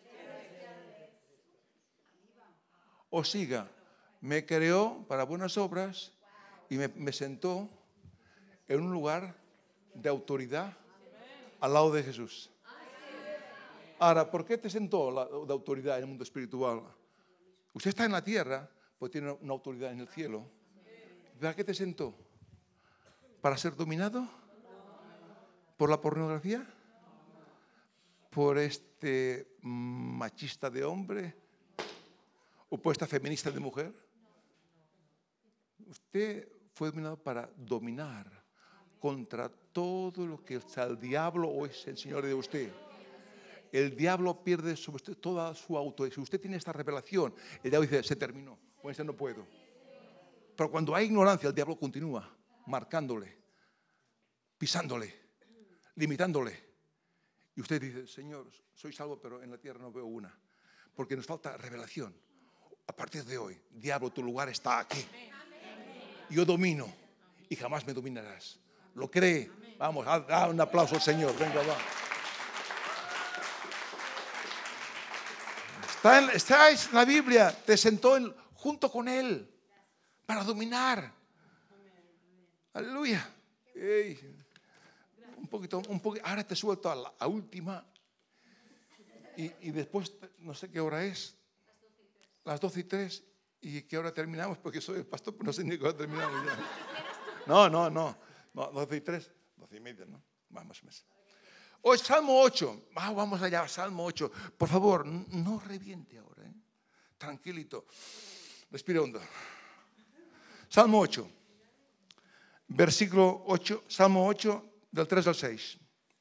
O siga, me creó para buenas obras y me, me sentó en un lugar de autoridad al lado de Jesús. Ahora, ¿por qué te sentó la, de autoridad en el mundo espiritual? Usted está en la tierra, pues tiene una autoridad en el cielo. ¿Para qué te sentó? ¿Para ser dominado? ¿Por la pornografía? ¿Por este machista de hombre? ¿O por esta feminista de mujer? Usted fue dominado para dominar contra todo lo que sea el diablo o es el Señor de usted. El diablo pierde sobre usted toda su autoridad. Si usted tiene esta revelación, el diablo dice, se terminó, con este no puedo. Pero cuando hay ignorancia, el diablo continúa marcándole, pisándole, limitándole. Y usted dice, Señor, soy salvo, pero en la tierra no veo una. Porque nos falta revelación. A partir de hoy, diablo, tu lugar está aquí. Yo domino y jamás me dominarás. ¿Lo cree? Vamos, da un aplauso al Señor. Venga, va. Está en, está en la Biblia, te sentó en, junto con Él para dominar. Aleluya. Ey. Un poquito, un poquito. Ahora te suelto a la a última. Y, y después, no sé qué hora es. Las doce y tres. ¿Y qué hora terminamos? Porque soy el pastor, pero no sé ni qué hora terminamos ya. No, no, no. no doce y tres. doce y media, ¿no? Vamos, más. Hoy, Salmo ocho. Ah, vamos allá, Salmo ocho. Por favor, no reviente ahora. ¿eh? Tranquilito. Respira hondo. Salmo ocho. Versículo ocho. Salmo ocho, del tres al seis.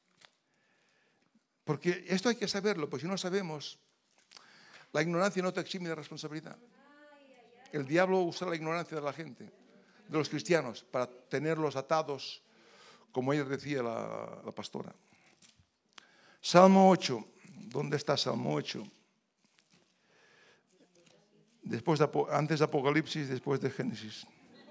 Porque esto hay que saberlo, pues si no sabemos, la ignorancia no te exime de responsabilidad. El diablo usa la ignorancia de la gente, de los cristianos, para tenerlos atados, como ella decía la, la pastora. Salmo ocho. ¿Dónde está Salmo ocho? Después de, antes de Apocalipsis, después de Génesis.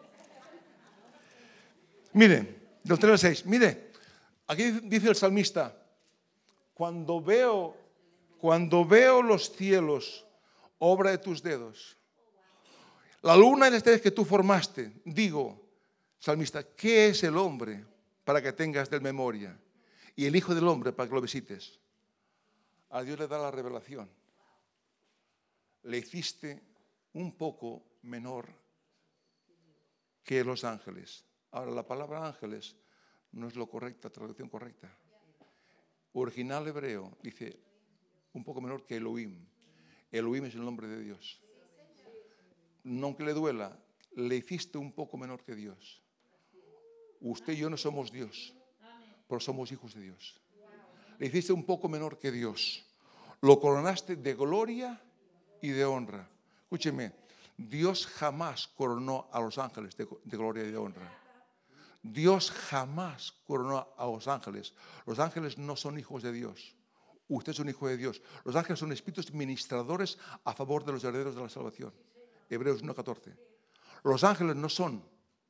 Mire, del tres al seis. Mire, aquí dice el salmista, cuando veo, cuando veo los cielos, obra de tus dedos, la luna y las estrellas que tú formaste, digo, salmista, ¿qué es el hombre para que tengas de él memoria? Y el Hijo del Hombre para que lo visites. A Dios le da la revelación. Le hiciste un poco menor que los ángeles. Ahora, la palabra ángeles no es lo correcta, traducción correcta. Original hebreo dice un poco menor que Elohim. Elohim es el nombre de Dios. No aunque le duela, le hiciste un poco menor que Dios. Usted y yo no somos Dios, pero somos hijos de Dios. le hiciste un poco menor que Dios. Lo coronaste de gloria y de honra. Escúcheme, Dios jamás coronó a los ángeles de, de gloria y de honra. Dios jamás coronó a los ángeles. Los ángeles no son hijos de Dios. Usted es un hijo de Dios. Los ángeles son espíritus ministradores a favor de los herederos de la salvación. Hebreos uno catorce. Los ángeles no son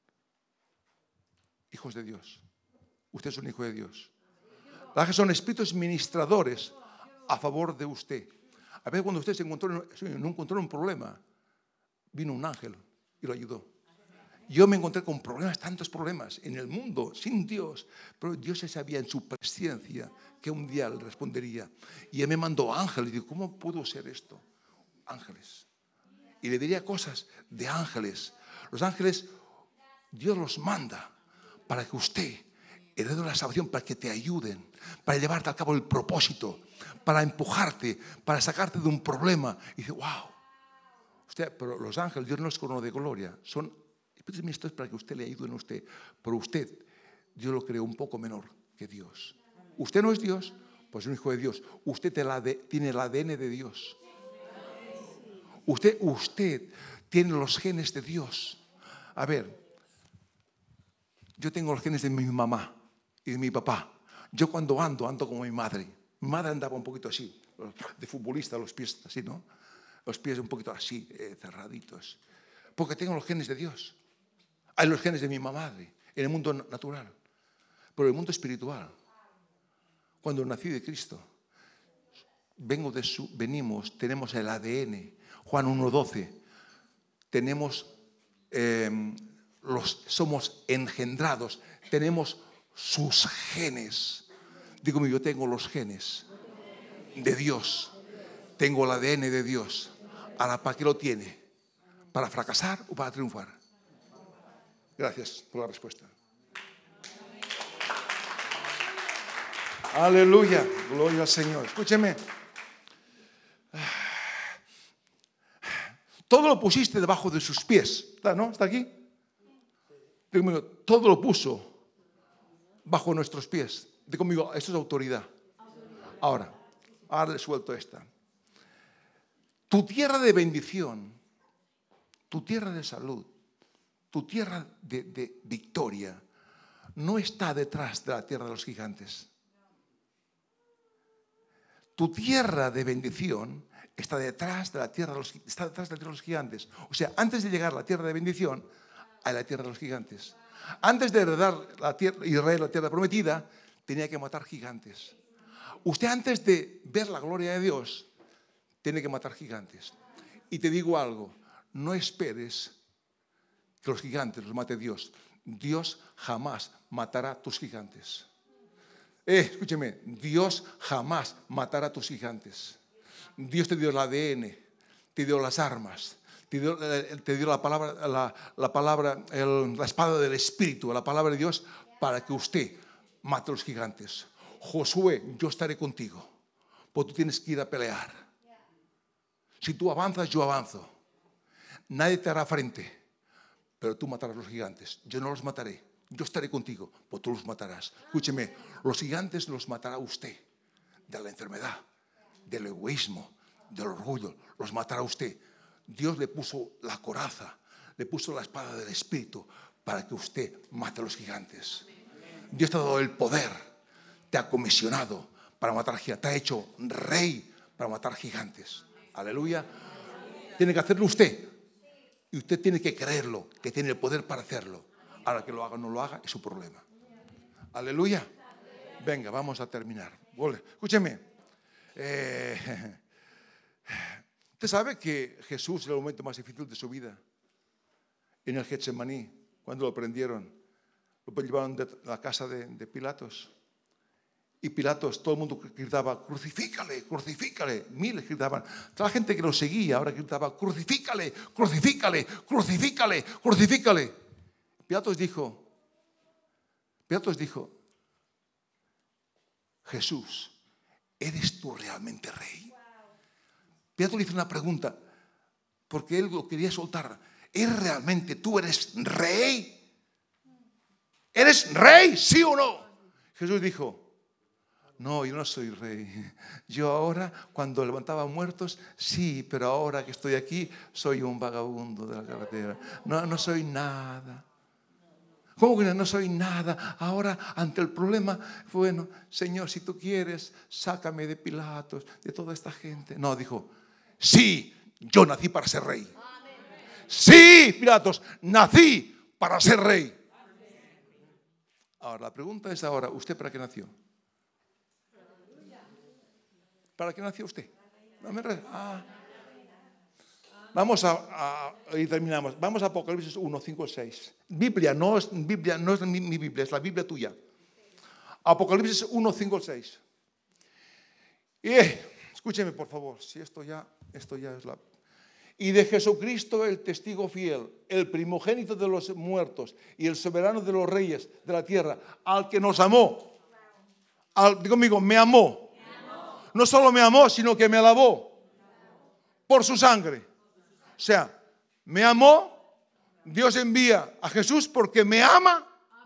hijos de Dios. Usted es un hijo de Dios. Los ángeles son espíritus ministradores a favor de usted. A veces cuando usted se encontró, no encontró un problema, vino un ángel y lo ayudó. Yo me encontré con problemas, tantos problemas en el mundo, sin Dios. Pero Dios se sabía en su presencia que un día le respondería. Y Él me mandó ángeles. Y digo, ¿cómo pudo ser esto? Ángeles. Y le diría cosas de ángeles. Los ángeles, Dios los manda para que usted herede la salvación, para que te ayuden, para llevarte a cabo el propósito, para empujarte, para sacarte de un problema. Y dice, wow. Usted, pero los ángeles, Dios no es coronó de gloria, son esto es para que usted le ayude a usted. Pero usted, Dios lo creó un poco menor que Dios. Usted no es Dios, pues es un hijo de Dios. Usted tiene el A D N de Dios. Usted, usted tiene los genes de Dios. A ver, yo tengo los genes de mi mamá y de mi papá. Yo cuando ando, ando como mi madre. Mi madre andaba un poquito así, de futbolista, los pies así, ¿no? Los pies un poquito así, eh, cerraditos. Porque tengo los genes de Dios. Hay los genes de mi madre en el mundo natural. Pero en el mundo espiritual, cuando nací de Cristo, vengo de su, venimos, tenemos el A D N. Juan uno doce. Tenemos, eh, los, somos engendrados, tenemos sus genes. Digo, yo tengo los genes de Dios. Tengo el A D N de Dios. Ahora, ¿para qué lo tiene? ¿Para fracasar o para triunfar? Gracias por la respuesta. Aleluya, gloria al Señor. Escúcheme. Todo lo pusiste debajo de sus pies. ¿No? ¿Está aquí? Digo conmigo, todo lo puso bajo nuestros pies. Digo conmigo, esto es autoridad. Ahora, ahora le suelto esta. Tu tierra de bendición, tu tierra de salud, tu tierra de, de victoria, no está detrás de la tierra de los gigantes. Tu tierra de bendición está detrás de la tierra de los, está detrás de la tierra de los gigantes. O sea, antes de llegar a la tierra de bendición, hay la tierra de los gigantes. Antes de heredar la tierra, Israel, la tierra prometida, tenía que matar gigantes. Usted, antes de ver la gloria de Dios, tiene que matar gigantes. Y te digo algo, no esperes que los gigantes los mate Dios. Dios jamás matará tus gigantes. Eh, escúcheme, Dios jamás matará tus gigantes. Dios te dio el A D N, te dio las armas, te dio, te dio la palabra, la, la, palabra el, la espada del Espíritu, la palabra de Dios, para que usted mate a los gigantes. Josué, yo estaré contigo, porque tú tienes que ir a pelear. Si tú avanzas, yo avanzo. Nadie te hará frente, pero tú matarás a los gigantes. Yo no los mataré. Yo estaré contigo, pues tú los matarás. Escúcheme, los gigantes los matará usted. De la enfermedad, del egoísmo, del orgullo, los matará usted. Dios le puso la coraza, le puso la espada del Espíritu para que usted mate a los gigantes. Dios te ha dado el poder, te ha comisionado para matar gigantes, te ha hecho rey para matar gigantes. Aleluya. Tiene que hacerlo usted. Y usted tiene que creerlo, que tiene el poder para hacerlo. Ahora que lo haga o no lo haga, es su problema. Aleluya. Venga, vamos a terminar. Escúcheme. Eh, ¿Usted sabe que Jesús era el momento más difícil de su vida? En el Getsemaní, cuando lo prendieron, lo llevaron de la casa de, de Pilatos. Y Pilatos, todo el mundo gritaba, crucifícale, crucifícale. Miles gritaban. Toda la gente que lo seguía ahora gritaba, crucifícale, crucifícale, crucifícale, crucifícale. Pilatos dijo, Pilatos dijo, Jesús, ¿eres tú realmente rey? Pilatos le hizo una pregunta, porque él lo quería soltar. ¿Eres realmente tú eres rey? ¿Eres rey, sí o no? Jesús dijo, no, yo no soy rey. Yo ahora, cuando levantaba muertos, sí, pero ahora que estoy aquí, soy un vagabundo de la carretera. No, no soy nada. ¿Cómo que no soy nada? Ahora, ante el problema, bueno, Señor, si tú quieres, sácame de Pilatos, de toda esta gente. No, dijo, sí, yo nací para ser rey. Sí, Pilatos, nací para ser rey. Ahora, la pregunta es ahora, ¿usted para qué nació? ¿Para qué nació usted? No me re... ah. Vamos a, a, y terminamos. Vamos a Apocalipsis uno, cinco, seis. Biblia, no es, Biblia, no es mi, mi Biblia, es la Biblia tuya. Apocalipsis uno, cinco, seis. Y eh, escúcheme, por favor, si esto ya, esto ya es la... Y de Jesucristo, el testigo fiel, el primogénito de los muertos y el soberano de los reyes de la tierra, al que nos amó. Al, digo conmigo, me amó. me amó. No solo me amó, sino que me alabó por su sangre. O sea, me amó, Dios envía a Jesús porque me ama.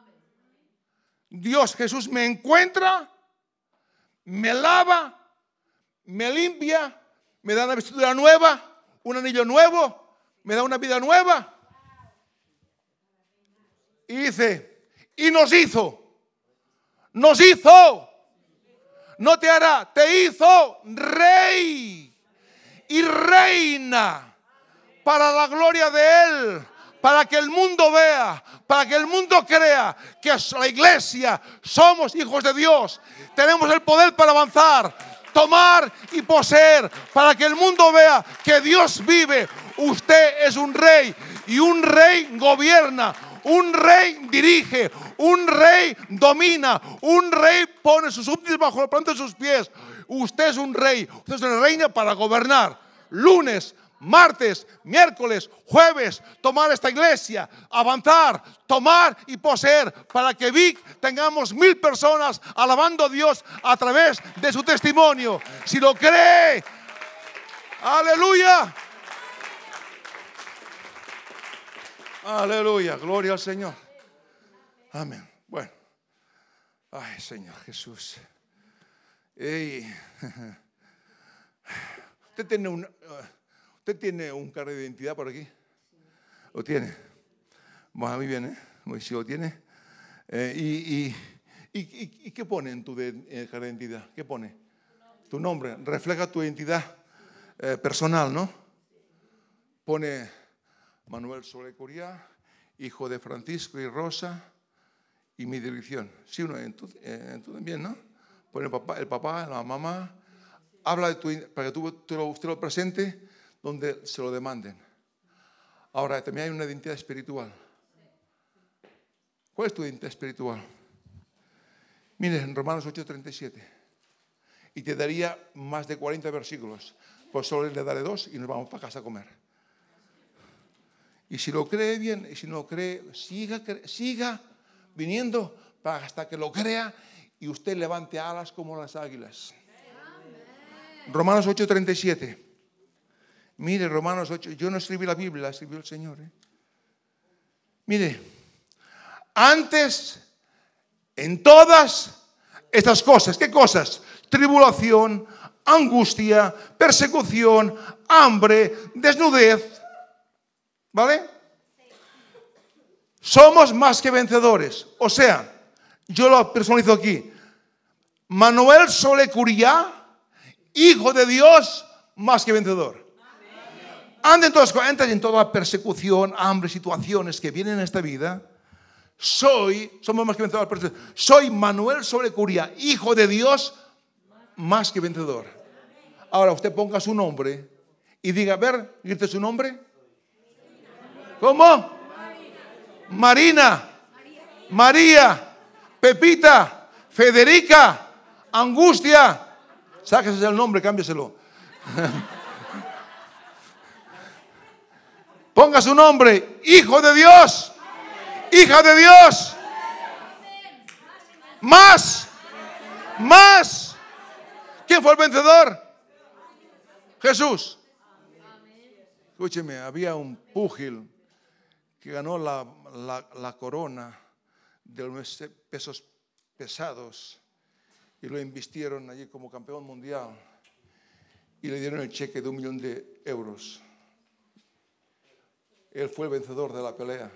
Dios, Jesús me encuentra, me lava, me limpia, me da una vestidura nueva, un anillo nuevo, me da una vida nueva. Y dice, y nos hizo, nos hizo, no te hará, te hizo rey y reina. Para la gloria de Él, para que el mundo vea, para que el mundo crea que la iglesia somos hijos de Dios. Tenemos el poder para avanzar, tomar y poseer, para que el mundo vea que Dios vive. Usted es un rey y un rey gobierna, un rey dirige, un rey domina, un rey pone sus súbditos bajo la planta de sus pies. Usted es un rey, usted es una reina para gobernar. Lunes, martes, miércoles, jueves, tomar esta iglesia, avanzar, tomar y poseer, para que Vic tengamos mil personas alabando a Dios a través de su testimonio. Si lo cree, aleluya. Aleluya, gloria al Señor. Amén. Bueno, ay, Señor Jesús. Ey. Usted tiene un... ¿Usted tiene un carnet de identidad por aquí? ¿Lo tiene? Bueno, muy bien, ¿eh? Muy sí lo tiene. Eh, y, y, y, ¿Y qué pone en tu de, eh, carnet de identidad? ¿Qué pone? Tu nombre. Refleja tu identidad eh, personal, ¿no? Pone Manuel Soler Curiá, hijo de Francisco y Rosa, y mi dirección. Sí, uno en tu, eh, en tu también, ¿no? Pone el papá, el papá, la mamá. Habla de tu, para que tú, tú lo, usted lo presente donde se lo demanden. Ahora, también hay una identidad espiritual. ¿Cuál es tu identidad espiritual? Mire, en Romanos ocho, treinta y siete. Y te daría más de cuarenta versículos. Pues solo le daré dos y nos vamos para casa a comer. Y si lo cree bien, y si no lo cree, siga, siga viniendo para hasta que lo crea y usted levante alas como las águilas. Romanos ocho, treinta y siete. Mire, Romanos ocho, yo no escribí la Biblia, la escribió el Señor. ¿eh? Mire, antes, en todas estas cosas, ¿qué cosas? Tribulación, angustia, persecución, hambre, desnudez. ¿Vale? Somos más que vencedores. O sea, yo lo personalizo aquí. Manuel Soler Curiá, hijo de Dios, más que vencedor. Anda en todas, entra en toda persecución, hambre, situaciones que vienen en esta vida. Soy, somos más que vencedores. Soy Manuel Soler Curiá, hijo de Dios, más que vencedor. Ahora usted ponga su nombre y diga, a ver, grite su nombre. ¿Cómo? Marina, María, Pepita, Federica, Angustia. Sáquese el nombre, cámbieselo. Ponga su nombre, hijo de Dios, hija de Dios. Más, más. ¿Quién fue el vencedor? Jesús. Escúcheme, había un púgil que ganó la, la, la corona de los pesos pesados. y lo invistieron allí como campeón mundial y le dieron el cheque de un millón de euros. Él fue el vencedor de la pelea.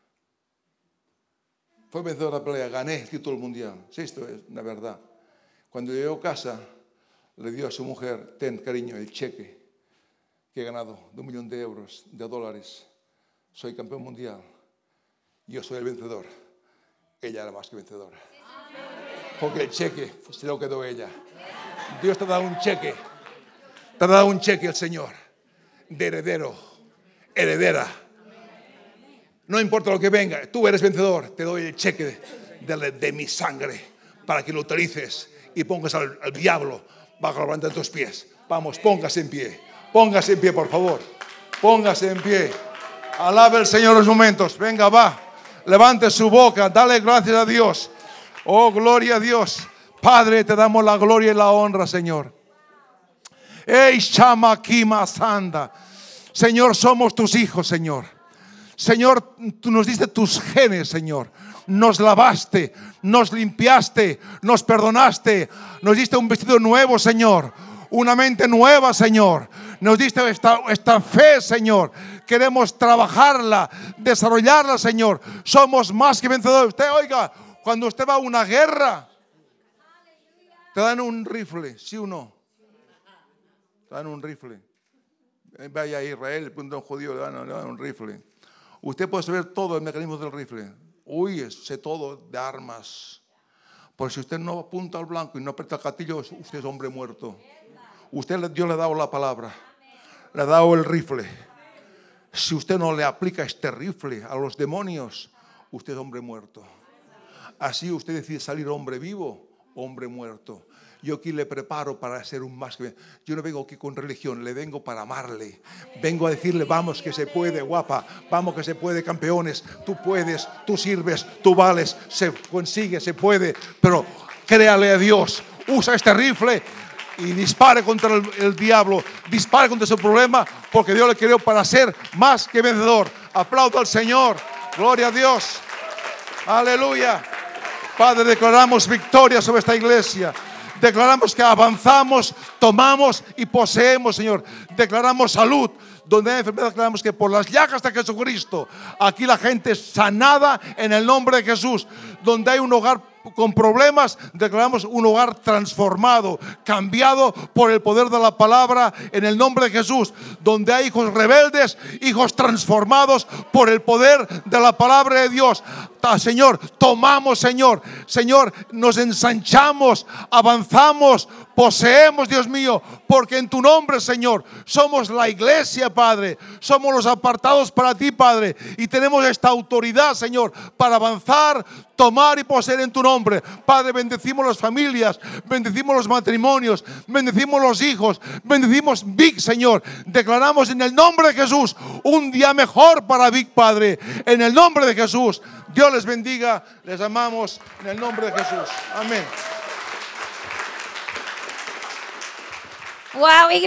Fue el vencedor de la pelea, gané el título mundial. Sí, esto es una verdad. Cuando llegó a casa, le dio a su mujer, ten cariño, el cheque que he ganado de un millón de euros, de dólares. Soy campeón mundial. Yo soy el vencedor. Ella era más que vencedora. Porque el cheque se lo quedó ella. Dios te ha dado un cheque. Te ha dado un cheque el Señor. De heredero. Heredera. No importa lo que venga. Tú eres vencedor. Te doy el cheque de, de, de mi sangre. Para que lo utilices y pongas al, al diablo bajo la planta de tus pies. Vamos, póngase en pie. Póngase en pie, por favor. Póngase en pie. Alabe al Señor los momentos. Venga, va. Levante su boca. Dale gracias a Dios. Oh, gloria a Dios. Padre, te damos la gloria y la honra, Señor. Ey, Shama Kima Sanda. Señor, somos tus hijos, Señor. Señor, tú nos diste tus genes, Señor. Nos lavaste, nos limpiaste, nos perdonaste. Nos diste un vestido nuevo, Señor. Una mente nueva, Señor. Nos diste esta, esta fe, Señor. Queremos trabajarla, desarrollarla, Señor. Somos más que vencedores. Usted, oiga, cuando usted va a una guerra, te dan un rifle, ¿sí o no? Te dan un rifle. Vaya a Israel, le pregunta a un judío, le dan, le dan un rifle. Usted puede saber todo el mecanismo del rifle. Uy, sé todo de armas. Porque si usted no apunta al blanco y no aprieta el gatillo, usted es hombre muerto. Usted, Dios le ha dado la palabra, le ha dado el rifle. Si usted no le aplica este rifle a los demonios, usted es hombre muerto. Así usted decide salir hombre vivo o hombre muerto. Yo aquí le preparo para ser un más que... Yo no vengo aquí con religión, le vengo para amarle. Vengo a decirle, vamos que se puede, guapa. Vamos que se puede, campeones. Tú puedes, tú sirves, tú vales. Se consigue, se puede. Pero créale a Dios. Usa este rifle y dispare contra el, el diablo. Dispare contra su problema, porque Dios le creó para ser más que vencedor. Aplaudo al Señor. Gloria a Dios. Aleluya. Padre, declaramos victoria sobre esta iglesia. Declaramos que avanzamos, tomamos y poseemos, Señor. Declaramos salud. Donde hay enfermedad, declaramos que por las llagas de Jesucristo, aquí la gente es sanada en el nombre de Jesús. Donde hay un hogar con problemas, declaramos un hogar transformado, cambiado por el poder de la palabra en el nombre de Jesús. Donde hay hijos rebeldes, hijos transformados por el poder de la palabra de Dios. Señor, tomamos, Señor, Señor, nos ensanchamos, avanzamos, poseemos, Dios mío, porque en tu nombre, Señor, somos la iglesia, Padre, somos los apartados para ti, Padre, y tenemos esta autoridad, Señor, para avanzar, tomar y poseer en tu nombre. Padre, bendecimos las familias, bendecimos los matrimonios, bendecimos los hijos, bendecimos Vic, Señor. Declaramos en el nombre de Jesús un día mejor para Vic, Padre, en el nombre de Jesús. Dios les bendiga, les amamos en el nombre de Jesús. Amén. Wow.